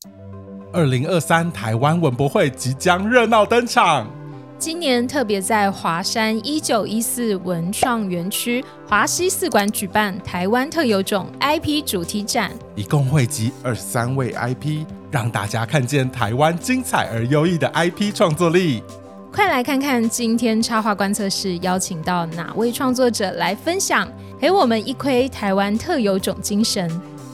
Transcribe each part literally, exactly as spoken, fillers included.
二零二三台湾文博会即将热闹登场， 今年特别在华山一九一四文创园区华西四馆举办台湾特有种 I P 主题展， 一共汇集二十三位 I P， 让大家看见台湾精彩而优异的 I P 创作力。 快来看看今天插画观测室邀请到哪位创作者来分享，陪我们一窥台湾特有种精神。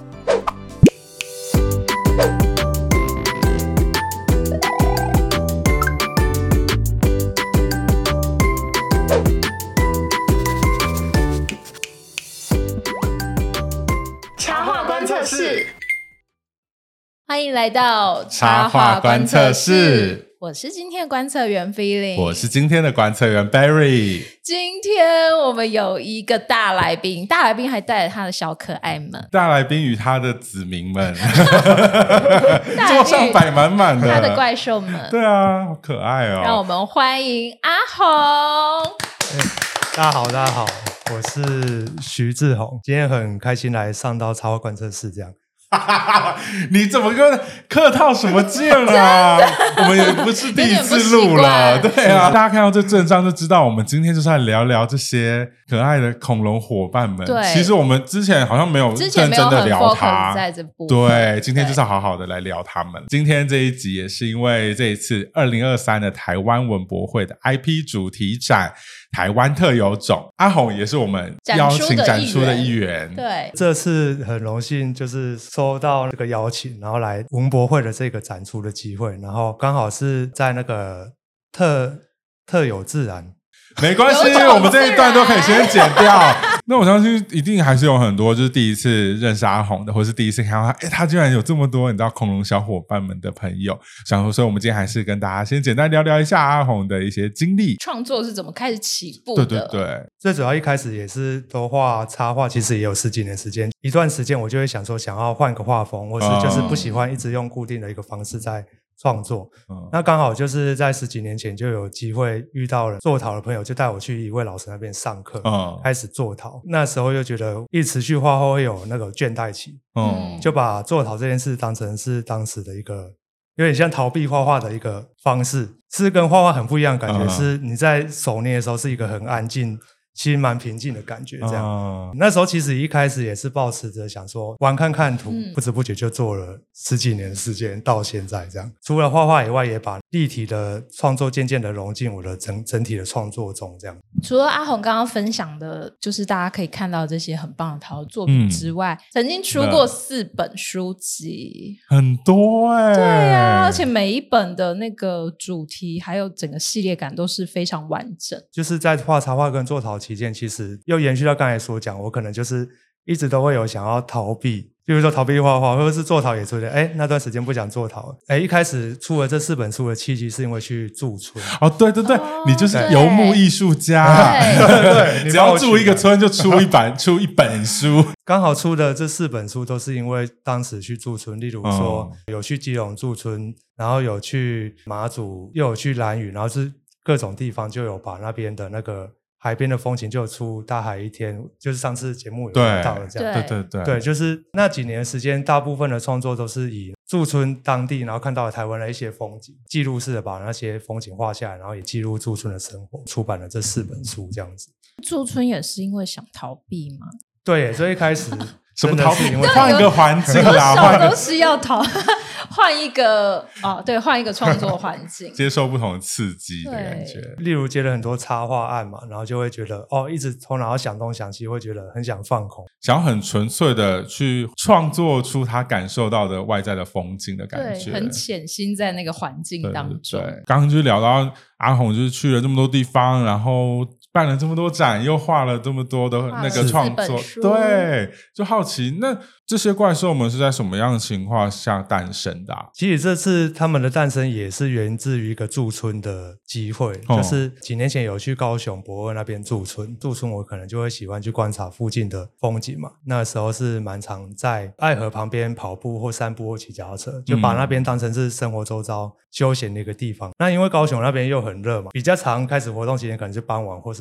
欢迎来到插画观测室， 我是今天的观测员 Feeling， 我是今天的观测员 Barry。 今天我们有一个大来宾，大来宾还带着他的小可爱们， 大来宾与他的子民们桌上摆满满的他的怪兽们， 对啊，好可爱哦。 让我们欢迎阿宏、 欸、大家好大家好，我是徐志宏，今天很开心来上到插画观测室这样。 你怎么跟客套什么劲啊？我们也不是第一次录了，对啊，大家看到这阵仗就知道，我们今天就是来聊聊这些可爱的恐龙伙伴们。 对， 其实我们之前好像没有认真的聊他， 在这部分对，今天就是要好好的来聊他们。今天这一集也是因为这一次二零二三的台湾文博会的 I P 主题展台湾特有种，阿宏也是我们邀请展出的一员。 对， 这次很荣幸就是收到这个邀请，然后来文博会的这个展出的机会，然后刚好是在那个特特有自然。 没关系，我们这一段都可以先剪掉。那我相信一定还是有很多就是第一次认识阿宏的，或是第一次看到他，诶他居然有这么多你知道恐龙小伙伴们的朋友。想说，所以我们今天还是跟大家先简单聊聊一下阿宏的一些经历， 创作是怎么开始起步的。 对对对， 最主要一开始也是都画插画，其实也有十几年时间，一段时间我就会想说想要换个画风，或是就是不喜欢一直用固定的一个方式在创作、嗯、那刚好就是在十几年前就有机会遇到了做陶的朋友，就带我去一位老师那边上课、嗯、开始做陶。那时候又觉得一持续画后会有那个倦怠期、嗯、就把做陶这件事当成是当时的一个有点像逃避画画的一个方式，是跟画画很不一样的感觉、嗯、是你在手捏的时候是一个很安静其实蛮平静的感觉这样、哦、那时候其实一开始也是抱持着想说玩看看图、嗯、不知不觉就做了十几年的时间到现在这样。除了画画以外，也把立体的创作渐渐的融进我的 整, 整体的创作中这样。 除了阿宏刚刚分享的就是大家可以看到这些很棒的陶作品之外、嗯、曾经出过四本书籍， 很多耶、欸、 对啊，而且每一本的那个主题还有整个系列感都是非常完整。 就是在画插画跟做陶期间，其实又延续到刚才所讲，我可能就是一直都会有想要逃避，比如说逃避画画，或者是做陶也出现，哎，那段时间不想做陶。哎，一开始出了这四本书的契机是因为去驻村。 哦，对对对，哦、你就是游牧艺术家， 对，对只要住一个村就出一版出一本书。 刚好出的这四本书都是因为当时去驻村，例如说、嗯、有去基隆驻村，然后有去马祖，又有去兰屿，然后是各种地方就有把那边的那个海边的风情就出大海一天，就是上次节目有聊到的这样。 对对对对，就是那几年的时间，大部分的创作都是以驻村当地，然后看到了台湾的一些风景，记录式的把那些风景画下来，然后也记录驻村的生活，出版了这四本书这样子。 驻村也是因为想逃避吗？ 对，所以一开始什么逃避？换一个环境啦， 换都是要逃。换一个哦，对，换一个创作环境， 接受不同的刺激的感觉。 例如接了很多插画案嘛，然后就会觉得哦，一直头脑想东想西，会觉得很想放空， 想要很纯粹的去创作出他感受到的外在的风景的感觉， 对，很潜心在那个环境当中。 对，刚刚就聊到阿宏就是去了这么多地方，然后办了这么多展，又画了这么多的那个创作，对，就好奇那这些怪兽们是在什么样的情况下诞生的、啊、 其实这次他们的诞生也是源自于一个驻村的机会、哦、就是几年前有去高雄博尔那边驻村，驻村我可能就会喜欢去观察附近的风景嘛，那时候是蛮常在爱河旁边跑步或散步或骑脚踏车，就把那边当成是生活周遭休闲的一个地方、嗯、那因为高雄那边又很热嘛，比较常开始活动期间可能是傍晚或是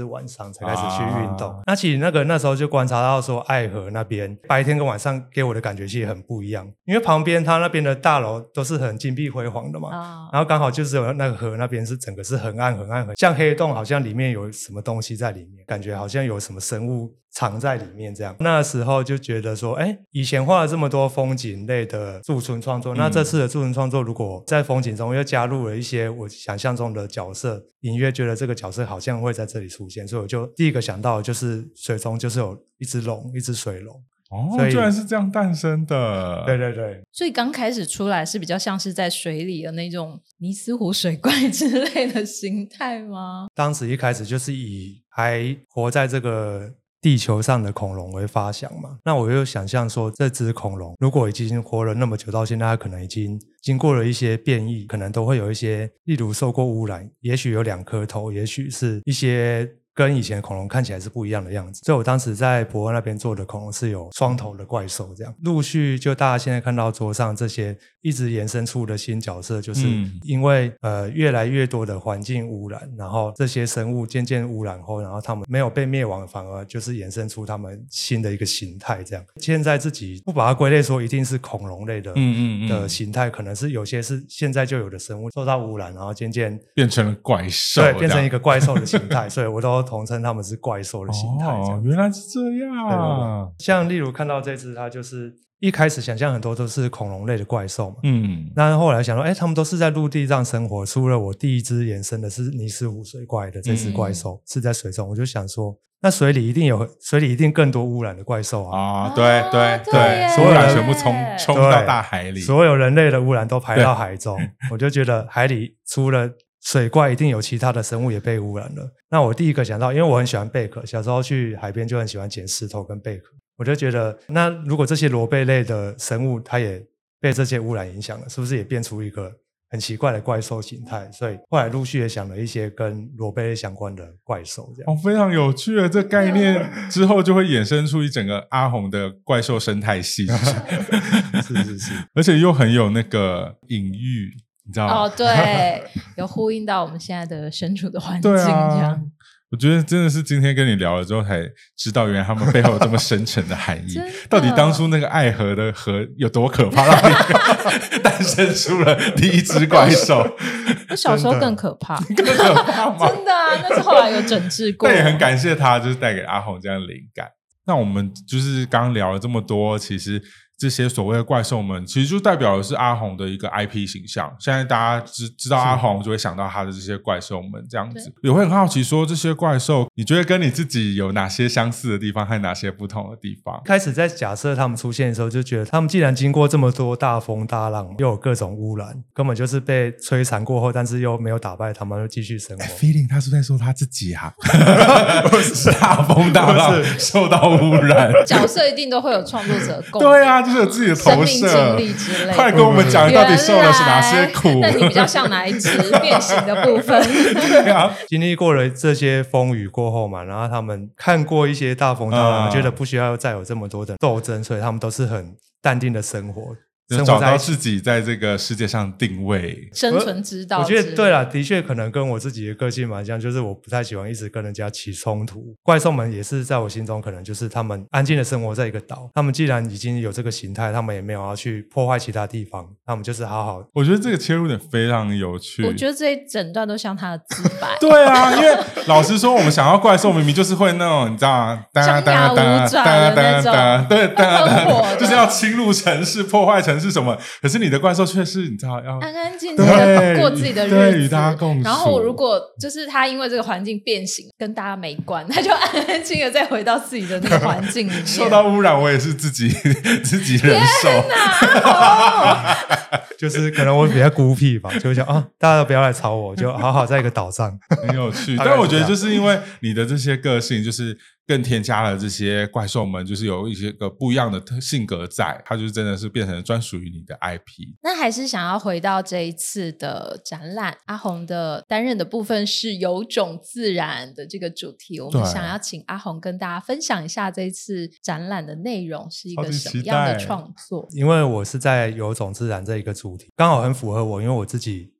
晚上才开始去运动、啊、那其实那个那时候就观察到说爱河那边白天跟晚上给我的感觉其实很不一样，因为旁边它那边的大楼都是很金碧辉煌的嘛、啊、然后刚好就是有那个河那边是整个是很暗很暗很像黑洞，好像里面有什么东西在里面，感觉好像有什么生物藏在里面这样。那时候就觉得说哎，以前画了这么多风景类的驻村创作、嗯、那这次的驻村创作如果在风景中又加入了一些我想象中的角色，隐约觉得这个角色好像会在这里出现，所以我就第一个想到的就是水中就是有一只龙，一只水龙。 哦，居然是这样诞生的。 对对对， 所以刚开始出来是比较像是在水里的那种尼斯湖水怪之类的形态吗？ 当时一开始就是以还活在这个地球上的恐龙为发想嘛，那我又想象说这只恐龙如果已经活了那么久，到现在它可能已经经过了一些变异，可能都会有一些例如受过污染，也许有两颗头，也许是一些跟以前恐龙看起来是不一样的样子，所以我当时在博尔那边做的恐龙是有双头的怪兽，这样陆续就大家现在看到桌上这些一直延伸出的新角色，就是因为、嗯、呃越来越多的环境污染，然后这些生物渐渐污染后，然后他们没有被灭亡，反而就是衍生出他们新的一个形态，这样现在自己不把它归类说一定是恐龙类的嗯嗯嗯的形态，可能是有些是现在就有的生物受到污染，然后渐渐变成了怪兽， 对，变成一个怪兽的形态所以我都统称他们是怪兽的形态。 哦，原来是这样。 像例如看到这只，它就是一开始想象很多都是恐龙类的怪兽嘛， 嗯， 那后来想说，哎，他们都是在陆地上生活，除了我第一只延伸的是尼斯湖水怪的这只怪兽、嗯、是在水中，我就想说，那水里一定有，水里一定更多污染的怪兽啊！ 啊，对对对，所有人全部冲冲到大海里， 所有人类的污染都排到海中，我就觉得海里除了水怪一定有其他的生物也被污染了。那我第一个想到，因为我很喜欢贝壳，小时候去海边就很喜欢捡石头跟贝壳，我就觉得那如果这些螺贝类的生物它也被这些污染影响了，是不是也变出一个很奇怪的怪兽形态？所以后来陆续也想了一些跟螺贝类相关的怪兽这样。 哦，非常有趣的这概念之后就会衍生出一整个阿红的怪兽生态系是是是， 而且又很有那个隐喻，你知道吗？ 哦，对，有呼应到我们现在的身处的环境这样。 对啊，我觉得真的是今天跟你聊了之后才知道，原来他们背后有这么深沉的含义。到底当初那个爱河的河有多可怕，让你诞生出了第一只怪兽？ 我小时候更可怕， 更可怕吗？ 真的啊，那是后来有整治过。 但也很感谢他，就是带给阿红这样的灵感。那我们就是刚刚聊了这么多，其实这些所谓的怪兽们其实就代表的是阿红的一个 I P 形象。现在大家知知道阿红就会想到他的这些怪兽们这样子，也会很好奇说这些怪兽你觉得跟你自己有哪些相似的地方和哪些不同的地方？ 开始在假设他们出现的时候就觉得他们既然经过这么多大风大浪又有各种污染，根本就是被摧残过后但是又没有打败他们，又继续生活。 欸、feeling 他是在说他自己啊不是大风大浪受到污染角色一定都会有创作者共鸣， 对啊，就是有自己的投射生命经历之类的。 快跟我们讲到底受了是哪些苦？ 那你比较像哪一只变形的部分？ 对啊， 经历过了这些风雨过后嘛，然后他们看过一些大风大浪、嗯、觉得不需要再有这么多的斗争，所以他们都是很淡定的生活， 就找到自己在这个世界上定位生存之道。 我觉得对啦，的确可能跟我自己的个性蛮像，就是我不太喜欢一直跟人家起冲突。怪兽们也是在我心中可能就是他们安静的生活在一个岛，他们既然已经有这个形态，他们也没有要去破坏其他地方，他们就是好好。 我觉得这个切入点非常有趣， 我觉得这一整段都像他的自白对啊，因为老实说我们想要怪兽明明就是会那种你知道吗， 张牙舞爪的那种， 对，就是要侵入城市破坏城市什么，可是你的怪兽却是你知道要安安静静的过自己的日子， 对，与大家共处。 然后如果就是他因为这个环境变形跟大家没关，他就安安静静的再回到自己的那个环境里面受到污染我也是自己自己忍受天哪就是可能我比较孤僻吧，就会想啊，大家都不要来吵我，就好好在一个岛上很有趣但我觉得就是因为你的这些个性就是更添加了这些怪兽们就是有一些个不一样的性格在，它就真的是变成专属于你的 I P。 那还是想要回到这一次的展览，阿红的担任的部分是有种自然的这个主题，我们想要请阿红跟大家分享一下这一次展览的内容是一个什么样的创作。 因为我是在有种自然这一个主题刚好很符合我，因为我自己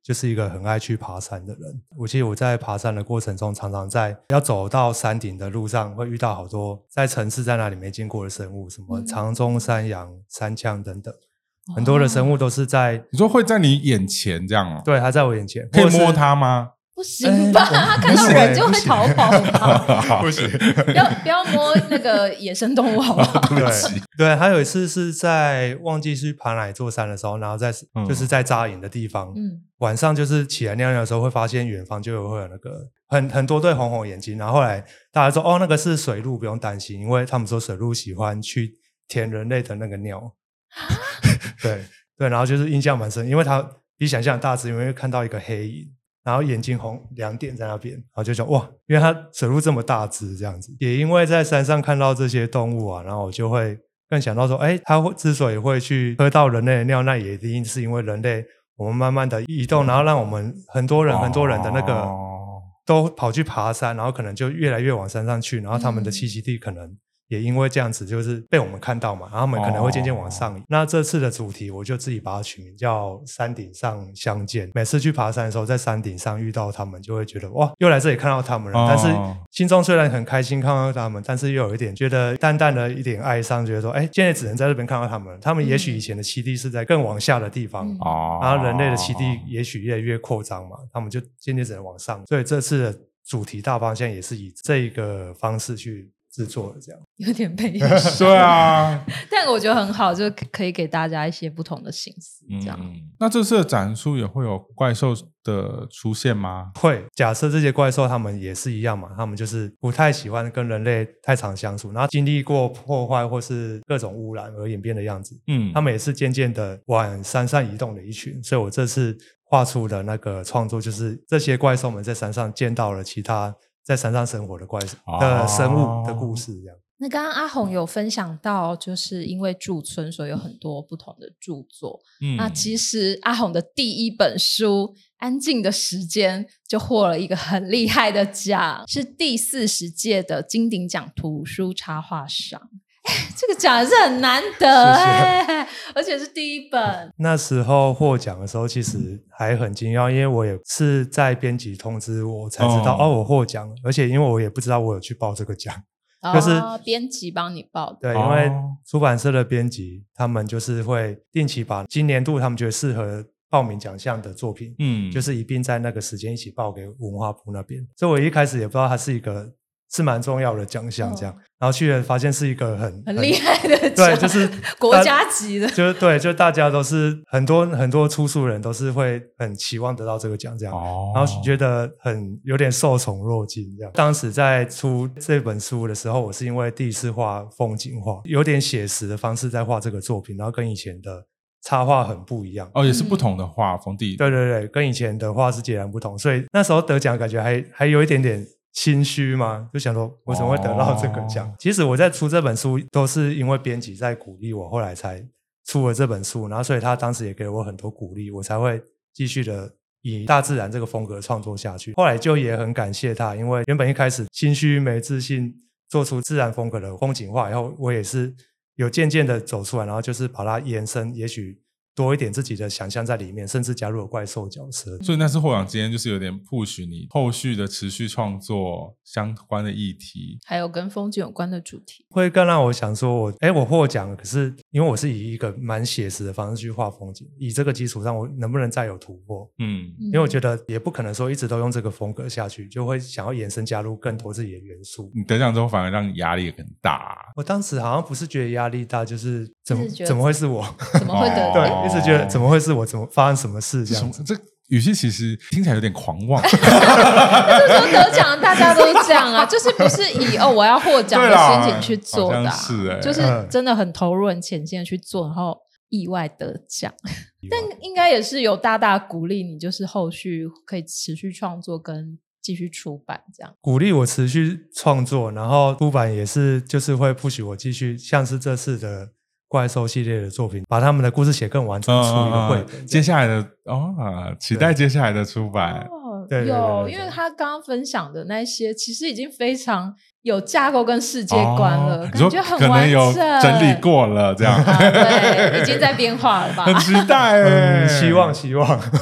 就是一个很爱去爬山的人。我记得我在爬山的过程中，常常在要走到山顶的路上，会遇到好多在城市在那里没见过的生物，什么长鬃山羊、山羌等等，很多的生物都是在、哦、 你说会在你眼前这样哦？ 对，它在我眼前。 可以摸它吗？ 不行吧、欸、他看到人就会逃跑吧。 不行， 不要不要摸那个野生动物好不好？ 对对，还有一次是在忘记去爬哪一座山的时候，然后在、嗯、就是在扎营的地方、嗯、晚上就是起来尿尿的时候会发现远方就有会有那个很很多对红红眼睛，然后后来大家说哦那个是水鹿，不用担心，因为他们说水鹿喜欢去舔人类的那个尿。对对，然后就是印象蛮深，因为它比想象大只，因为看到一个黑影，然后眼睛红两点在那边，然后就想哇，因为它水鹿这么大只这样子。也因为在山上看到这些动物啊，然后我就会更想到说，哎，它之所以会去喝到人类的尿，那也一定是因为人类我们慢慢的移动，然后让我们很多人很多人的那个都跑去爬山，然后可能就越来越往山上去，然后他们的栖息地可能也因为这样子就是被我们看到嘛，然后他们可能会渐渐往上移、哦、那这次的主题我就自己把它取名叫山顶上相见。每次去爬山的时候在山顶上遇到他们，就会觉得哇又来这里看到他们了、哦、但是心中虽然很开心看到他们，但是又有一点觉得淡淡的一点哀伤，觉得说哎，现在只能在这边看到他们了，他们也许以前的栖地是在更往下的地方、嗯、然后人类的栖地也许越来越扩张嘛，他们就渐渐只能往上，所以这次的主题大方向也是以这一个方式去制作的，这样有点悲对啊， 但我觉得很好，就可以给大家一些不同的心思这样、 嗯、那这次的展出也会有怪兽的出现吗？ 会，假设这些怪兽他们也是一样嘛，他们就是不太喜欢跟人类太常相处，然后经历过破坏或是各种污染而演变的样子，嗯，他们也是渐渐的往山上移动的一群，所以我这次画出的那个创作就是这些怪兽们在山上见到了其他在山上生活的怪兽、哦、的生物的故事这样。 那刚刚阿宏有分享到就是因为驻村所以有很多不同的著作、嗯、那其实阿宏的第一本书安静的时间就获了一个很厉害的奖，是第四十届的金鼎奖图书插画赏。这个奖是很难得哎，而且是第一本。 那时候获奖的时候其实还很惊讶，因为我也是在编辑通知我才知道 哦, 哦我获奖了，而且因为我也不知道我有去报这个奖、 哦、就是编辑帮你报的。 对，因为出版社的编辑他们就是会定期把今年度他们觉得适合报名奖项的作品嗯，就是一并在那个时间一起报给文化部那边，所以我一开始也不知道它是一个是蛮重要的奖项这样、哦、然后去了发现是一个很很厉害的奖， 对，就是国家级的， 就对，就大家都是很多很多出书人都是会很期望得到这个奖这样、哦、然后觉得很有点受宠若惊这样。当时在出这本书的时候，我是因为第一次画风景画，有点写实的方式在画这个作品，然后跟以前的插画很不一样哦，也是不同的画风、嗯、对对对，跟以前的画是截然不同，所以那时候得奖感觉还还有一点点心虚嘛，就想说我怎么会得到这个奖、哦、其实我在出这本书都是因为编辑在鼓励我，后来才出了这本书，然后所以他当时也给了我很多鼓励，我才会继续的以大自然这个风格创作下去。后来就也很感谢他，因为原本一开始心虚没自信做出自然风格的风景画以后，我也是有渐渐的走出来，然后就是把它延伸，也许多一点自己的想象在里面，甚至加入了怪兽角色。 所以那次获奖今天就是有点 push 你后续的持续创作相关的议题， 还有跟风景有关的主题， 会更让我想说我诶我获奖了，可是因为我是以一个蛮写实的方式去画风景，以这个基础上我能不能再有突破。嗯，因为我觉得也不可能说一直都用这个风格下去，就会想要延伸加入更多自己的元素。 你得奖之后反而让你压力很大、啊、我当时好像不是觉得压力大，就是怎么怎么会是我， 怎么会得、哦、 对，一直觉得怎么会是我，怎么发生什么事这样子。 这语气其实听起来有点狂妄就是说得奖大家都这样啊，就是不是以哦我要获奖的心情去做的、啊是欸、 就是真的很投入很潜心的去做，然后意外得奖但应该也是有大大鼓励你，就是后续可以持续创作跟继续出版这样。 鼓励我持续创作，然后出版也是就是会 push 我继续，像是这次的怪兽系列的作品，把他们的故事写更完整，出一个绘本、嗯嗯、 接下来的哦，期待接下来的出版。 哦， 对对对对有，因为他刚刚分享的那些其实已经非常有架构跟世界观了、哦、感觉很完整， 可能有整理过了这样、 啊、对，已经在编化了吧， 很期待耶、 嗯、希望希望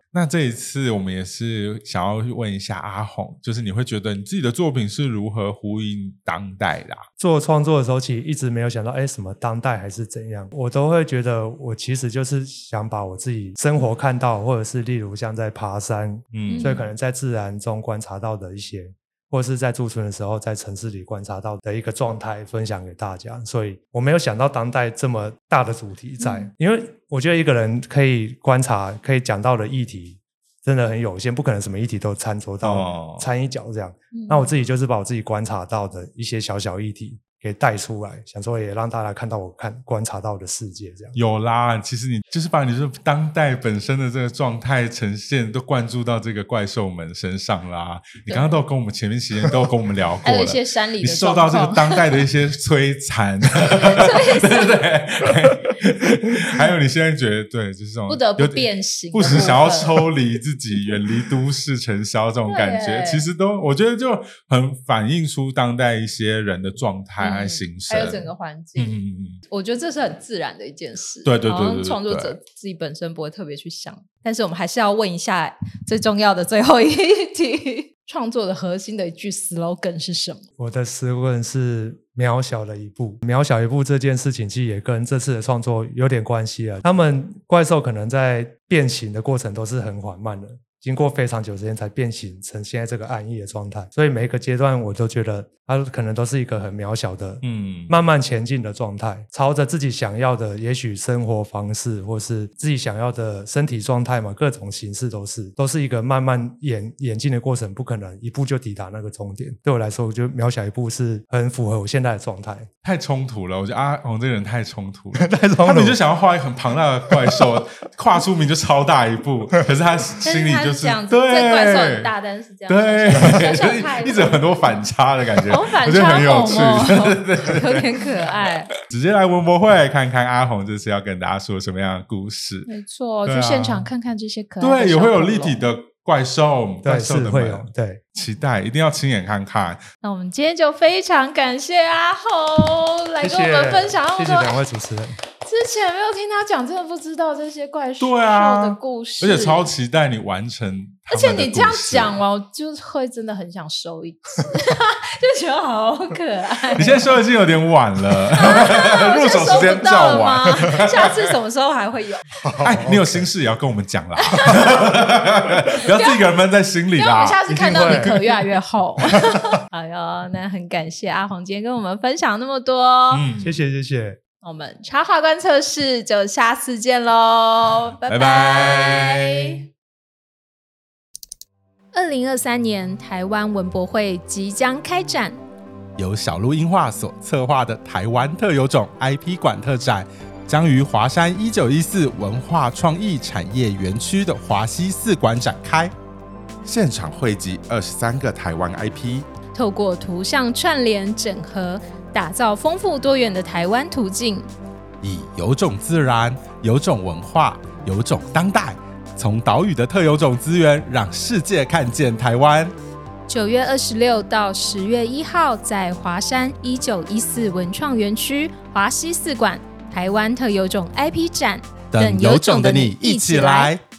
那这一次我们也是想要问一下阿宏，就是你会觉得你自己的作品是如何呼应当代的、啊、 做创作的时候其实一直没有想到哎，什么当代还是怎样，我都会觉得我其实就是想把我自己生活看到，或者是例如像在爬山，嗯，所以可能在自然中观察到的一些，或者是在驻村的时候在城市里观察到的一个状态分享给大家，所以我没有想到当代这么大的主题在、嗯、因为我觉得一个人可以观察可以讲到的议题真的很有限，不可能什么议题都参着到掺一脚这样、哦、那我自己就是把我自己观察到的一些小小议题给带出来，想说也让大家看到我看观察到的世界这样。 有啦，其实你就是把你说当代本身的这个状态呈现都灌注到这个怪兽们身上啦。你刚刚都有跟我们前面期间都有跟我们聊过了， 还有一些山里的你受到这个当代的一些摧残对对对还有你现在觉得对就是这种不得不变形， 不时想要抽离自己远离都市尘嚣这种感觉，其实都我觉得就很反映出当代一些人的状态和形成、 嗯、还有整个环境、嗯、我觉得这是很自然的一件事， 对对对 对, 对, 对, 对， 创作者自己本身不会特别去想，但是我们还是要问一下最重要的最后一题创作的核心的一句 slogan 是什么？ 我的 slogan 是渺小的一步。渺小一步这件事情其实也跟这次的创作有点关系了，他们怪兽可能在变形的过程都是很缓慢的，经过非常久时间才变形成现在这个暗翳的状态，所以每一个阶段我都觉得它可能都是一个很渺小的嗯，慢慢前进的状态，朝着自己想要的也许生活方式或是自己想要的身体状态嘛，各种形式都是都是一个慢慢演演进的过程，不可能一步就抵达那个终点。对我来说我觉得渺小一步是很符合我现在的状态。 太冲突了，我觉得阿宏这个人太冲突了太冲突，他们就想要画一个很庞大的怪兽跨出名就超大一步可是他心里就是对这怪兽很大，但是这样对就是一直有很多反差的感觉， 好反差， 我觉得很有趣对对对有点可爱。 直接来文博会看看阿宏这次要跟大家说什么样的故事。 没错、啊、去现场看看这些可爱的， 对，也会有立体的怪兽， 对， 怪兽的是会有，对， 期待一定要亲眼看看。 那我们今天就非常感谢阿宏来跟我们分享， 谢谢两位主持人。 之前没有听他讲，真的不知道这些怪兽的故事， 对啊，而且超期待你完成他们的故事。 而且你这样讲完，我就会真的很想收一集就觉得好可爱。 你现在收已经有点晚了、啊、入手时间较晚下次什么时候还会有哎，你有心事也要跟我们讲啦不要自己一个人闷在心里啦， 因为我们下次看到你壳越来越厚好哟，那很感谢阿宏今天跟我们分享那么多、 嗯、谢谢谢谢。 我们插画观测室就下次见咯，拜拜。二零二三年台湾文博会即将开展， 由小鹿映画所策划的台湾特有种 I P 馆特展将于华山一九一四文化创意产业园区的华西四馆展开，现场汇集二十三个台湾 I P， 透过图像串联整合，打造丰富多元的台湾途径， 以有种自然、有种文化、有种当代，从岛屿的特有种资源，让世界看见台湾。 九月二十六到十月一号，在华山一九一四文创园区华西四馆台湾特有种 I P 展， 等有种的你一起来。